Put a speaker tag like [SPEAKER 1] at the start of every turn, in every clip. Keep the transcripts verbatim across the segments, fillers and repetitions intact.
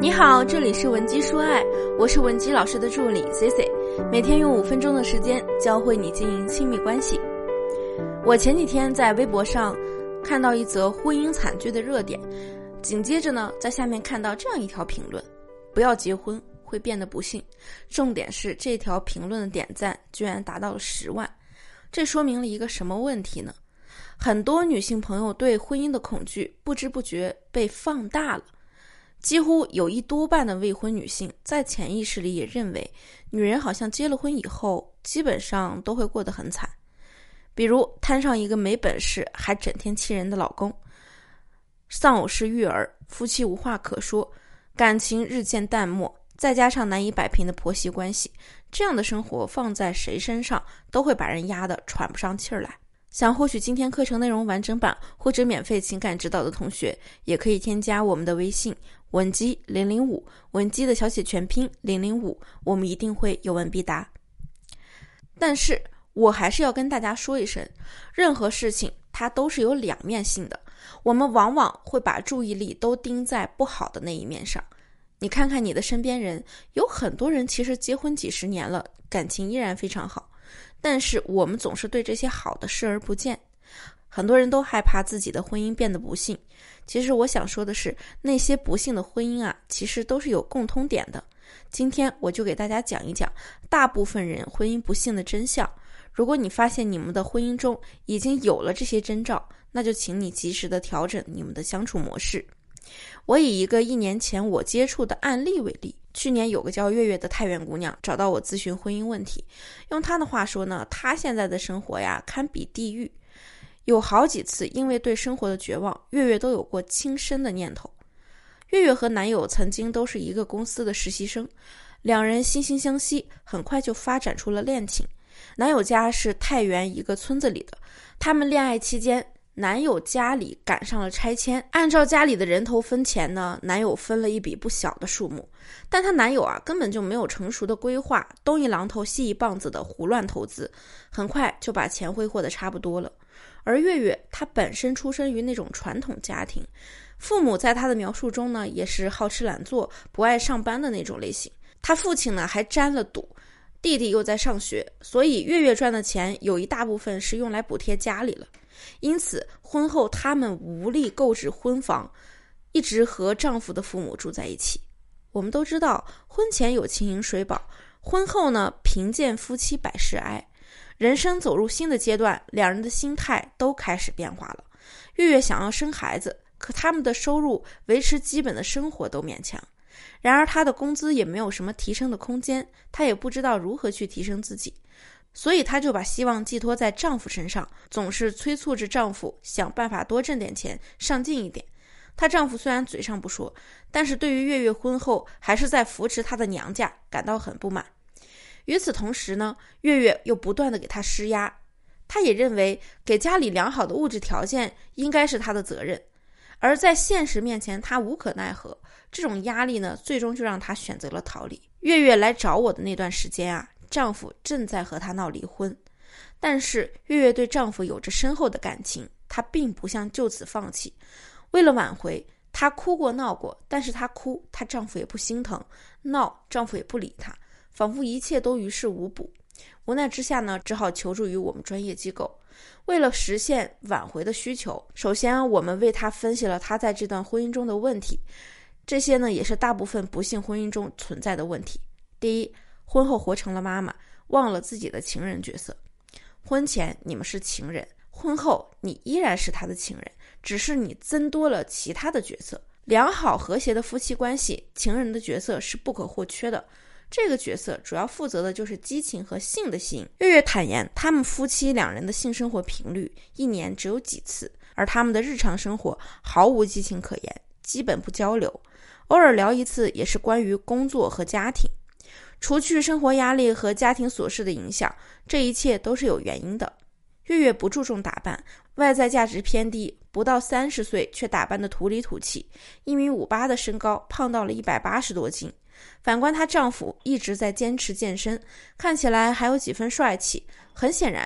[SPEAKER 1] 你好，这里是文姬说爱，我是文姬老师的助理 C C， 每天用五分钟的时间教会你经营亲密关系。我前几天在微博上看到一则婚姻惨剧的热点，紧接着呢，在下面看到这样一条评论：不要结婚，会变得不幸。重点是这条评论的点赞居然达到了十万，这说明了一个什么问题呢？很多女性朋友对婚姻的恐惧不知不觉被放大了。几乎有一多半的未婚女性在潜意识里也认为，女人好像结了婚以后基本上都会过得很惨，比如摊上一个没本事还整天气人的老公，丧偶式育儿，夫妻无话可说，感情日渐淡漠，再加上难以摆平的婆媳关系，这样的生活放在谁身上都会把人压得喘不上气儿来。想获取今天课程内容完整版或者免费情感指导的同学，也可以添加我们的微信文姬零零五，文姬的小写全拼零零五，我们一定会有问必答。但是我还是要跟大家说一声，任何事情它都是有两面性的，我们往往会把注意力都盯在不好的那一面上。你看看你的身边人，有很多人其实结婚几十年了，感情依然非常好，但是我们总是对这些好的视而不见。很多人都害怕自己的婚姻变得不幸，其实我想说的是，那些不幸的婚姻啊，其实都是有共通点的。今天我就给大家讲一讲大部分人婚姻不幸的真相。如果你发现你们的婚姻中已经有了这些征兆，那就请你及时的调整你们的相处模式。我以一个一年前我接触的案例为例，去年有个叫月月的太原姑娘找到我咨询婚姻问题，用她的话说呢，她现在的生活呀堪比地狱。有好几次因为对生活的绝望，月月都有过轻生的念头。月月和男友曾经都是一个公司的实习生，两人惺惺相惜，很快就发展出了恋情。男友家是太原一个村子里的，他们恋爱期间，男友家里赶上了拆迁，按照家里的人头分钱呢，男友分了一笔不小的数目，但她男友啊根本就没有成熟的规划，东一榔头西一棒子的胡乱投资，很快就把钱挥霍的差不多了。而月月她本身出身于那种传统家庭，父母在她的描述中呢也是好吃懒做不爱上班的那种类型，她父亲呢还沾了赌，弟弟又在上学，所以月月赚的钱有一大部分是用来补贴家里了。因此婚后他们无力购置婚房，一直和丈夫的父母住在一起。我们都知道婚前有情饮水饱，婚后呢贫贱夫妻百事哀，人生走入新的阶段，两人的心态都开始变化了。月月想要生孩子，可他们的收入维持基本的生活都勉强，然而她的工资也没有什么提升的空间，她也不知道如何去提升自己，所以她就把希望寄托在丈夫身上，总是催促着丈夫想办法多挣点钱，上进一点。她丈夫虽然嘴上不说，但是对于月月婚后还是在扶持她的娘家感到很不满。与此同时呢，月月又不断地给她施压，她也认为给家里良好的物质条件应该是她的责任，而在现实面前她无可奈何，这种压力呢，最终就让她选择了逃离。月月来找我的那段时间啊，丈夫正在和她闹离婚，但是月月对丈夫有着深厚的感情，她并不想就此放弃。为了挽回，她哭过闹过，但是她哭，她丈夫也不心疼，闹，丈夫也不理她，仿佛一切都于事无补。无奈之下呢，只好求助于我们专业机构。为了实现挽回的需求，首先我们为她分析了她在这段婚姻中的问题，这些呢也是大部分不幸婚姻中存在的问题。第一，婚后活成了妈妈，忘了自己的情人角色。婚前你们是情人，婚后你依然是他的情人，只是你增多了其他的角色。良好和谐的夫妻关系，情人的角色是不可或缺的，这个角色主要负责的就是激情和性的吸引。月月坦言，他们夫妻两人的性生活频率一年只有几次，而他们的日常生活毫无激情可言，基本不交流，偶尔聊一次也是关于工作和家庭。除去生活压力和家庭琐事的影响，这一切都是有原因的。月月不注重打扮，外在价值偏低，不到三十岁却打扮得土里土气，一米五八的身高，胖到了一百八十多斤。反观她丈夫一直在坚持健身，看起来还有几分帅气。很显然，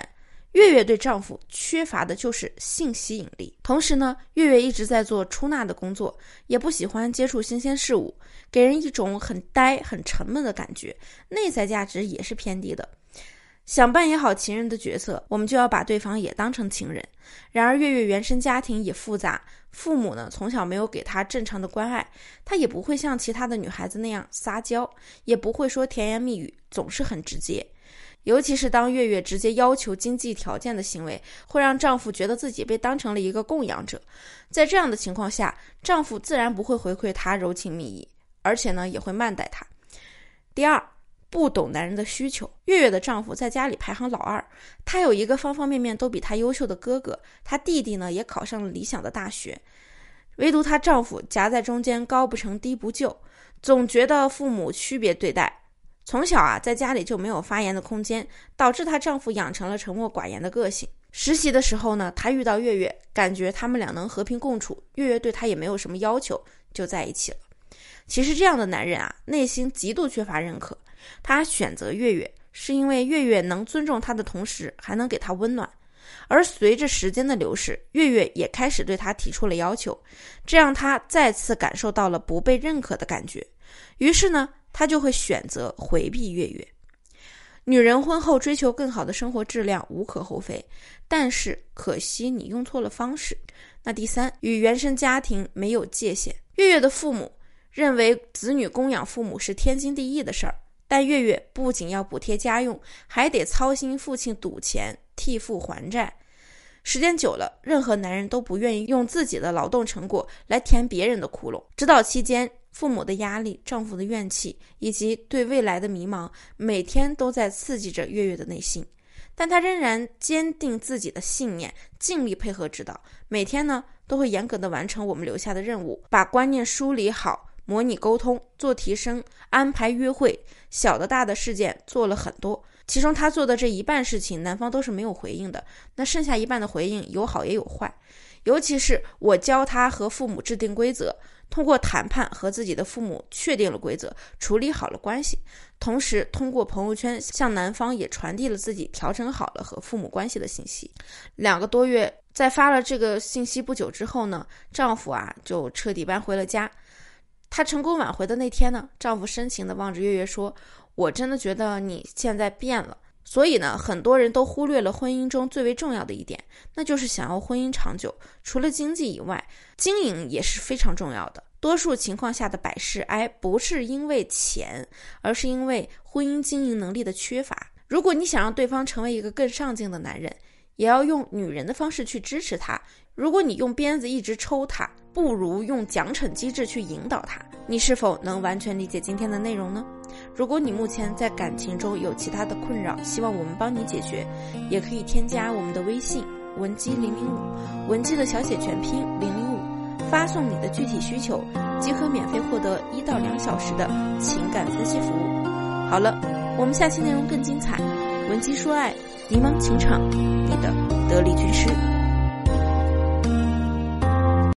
[SPEAKER 1] 月月对丈夫缺乏的就是性吸引力，同时呢，月月一直在做出纳的工作，也不喜欢接触新鲜事物，给人一种很呆很沉闷的感觉，内在价值也是偏低的。想扮演好情人的角色，我们就要把对方也当成情人。然而月月原生家庭也复杂，父母呢从小没有给她正常的关爱，她也不会像其他的女孩子那样撒娇，也不会说甜言蜜语，总是很直接。尤其是当月月直接要求经济条件的行为，会让丈夫觉得自己被当成了一个供养者。在这样的情况下，丈夫自然不会回馈她柔情蜜意，而且呢也会慢待她。第二，不懂男人的需求。月月的丈夫在家里排行老二，他有一个方方面面都比他优秀的哥哥，他弟弟呢也考上了理想的大学，唯独她丈夫夹在中间，高不成低不就，总觉得父母区别对待。从小啊，在家里就没有发言的空间，导致她丈夫养成了沉默寡言的个性。实习的时候呢，她遇到月月，感觉他们俩能和平共处，月月对她也没有什么要求，就在一起了。其实这样的男人啊，内心极度缺乏认可。他选择月月是因为月月能尊重他的同时还能给他温暖，而随着时间的流逝，月月也开始对他提出了要求，这让他再次感受到了不被认可的感觉。于是呢，他就会选择回避月月。女人婚后追求更好的生活质量无可厚非，但是可惜你用错了方式。那第三，与原生家庭没有界限。月月的父母认为子女供养父母是天经地义的事儿，但月月不仅要补贴家用，还得操心父亲赌钱，替父还债。时间久了，任何男人都不愿意用自己的劳动成果来填别人的窟窿。指导期间，父母的压力、丈夫的怨气以及对未来的迷茫，每天都在刺激着月月的内心。但她仍然坚定自己的信念，尽力配合指导，每天呢都会严格的完成我们留下的任务，把观念梳理好，模拟沟通，做提升，安排约会，小的大的事件做了很多。其中他做的这一半事情，男方都是没有回应的，那剩下一半的回应有好也有坏。尤其是我教他和父母制定规则，通过谈判和自己的父母确定了规则，处理好了关系，同时通过朋友圈向男方也传递了自己调整好了和父母关系的信息。两个多月，在发了这个信息不久之后呢，丈夫啊就彻底搬回了家。她成功挽回的那天呢，丈夫深情地望着月月说，我真的觉得你现在变了。所以呢，很多人都忽略了婚姻中最为重要的一点，那就是想要婚姻长久，除了经济以外，经营也是非常重要的。多数情况下的百事哀不是因为钱，而是因为婚姻经营能力的缺乏。如果你想让对方成为一个更上进的男人，也要用女人的方式去支持他。如果你用鞭子一直抽他，不如用奖惩机制去引导他。你是否能完全理解今天的内容呢？如果你目前在感情中有其他的困扰，希望我们帮你解决，也可以添加我们的微信文姬零零五，文姬的小写全拼零零五，发送你的具体需求，即可免费获得一到两小时的情感分析服务。好了，我们下期内容更精彩，文姬说爱，迷茫情场，你的得力军师。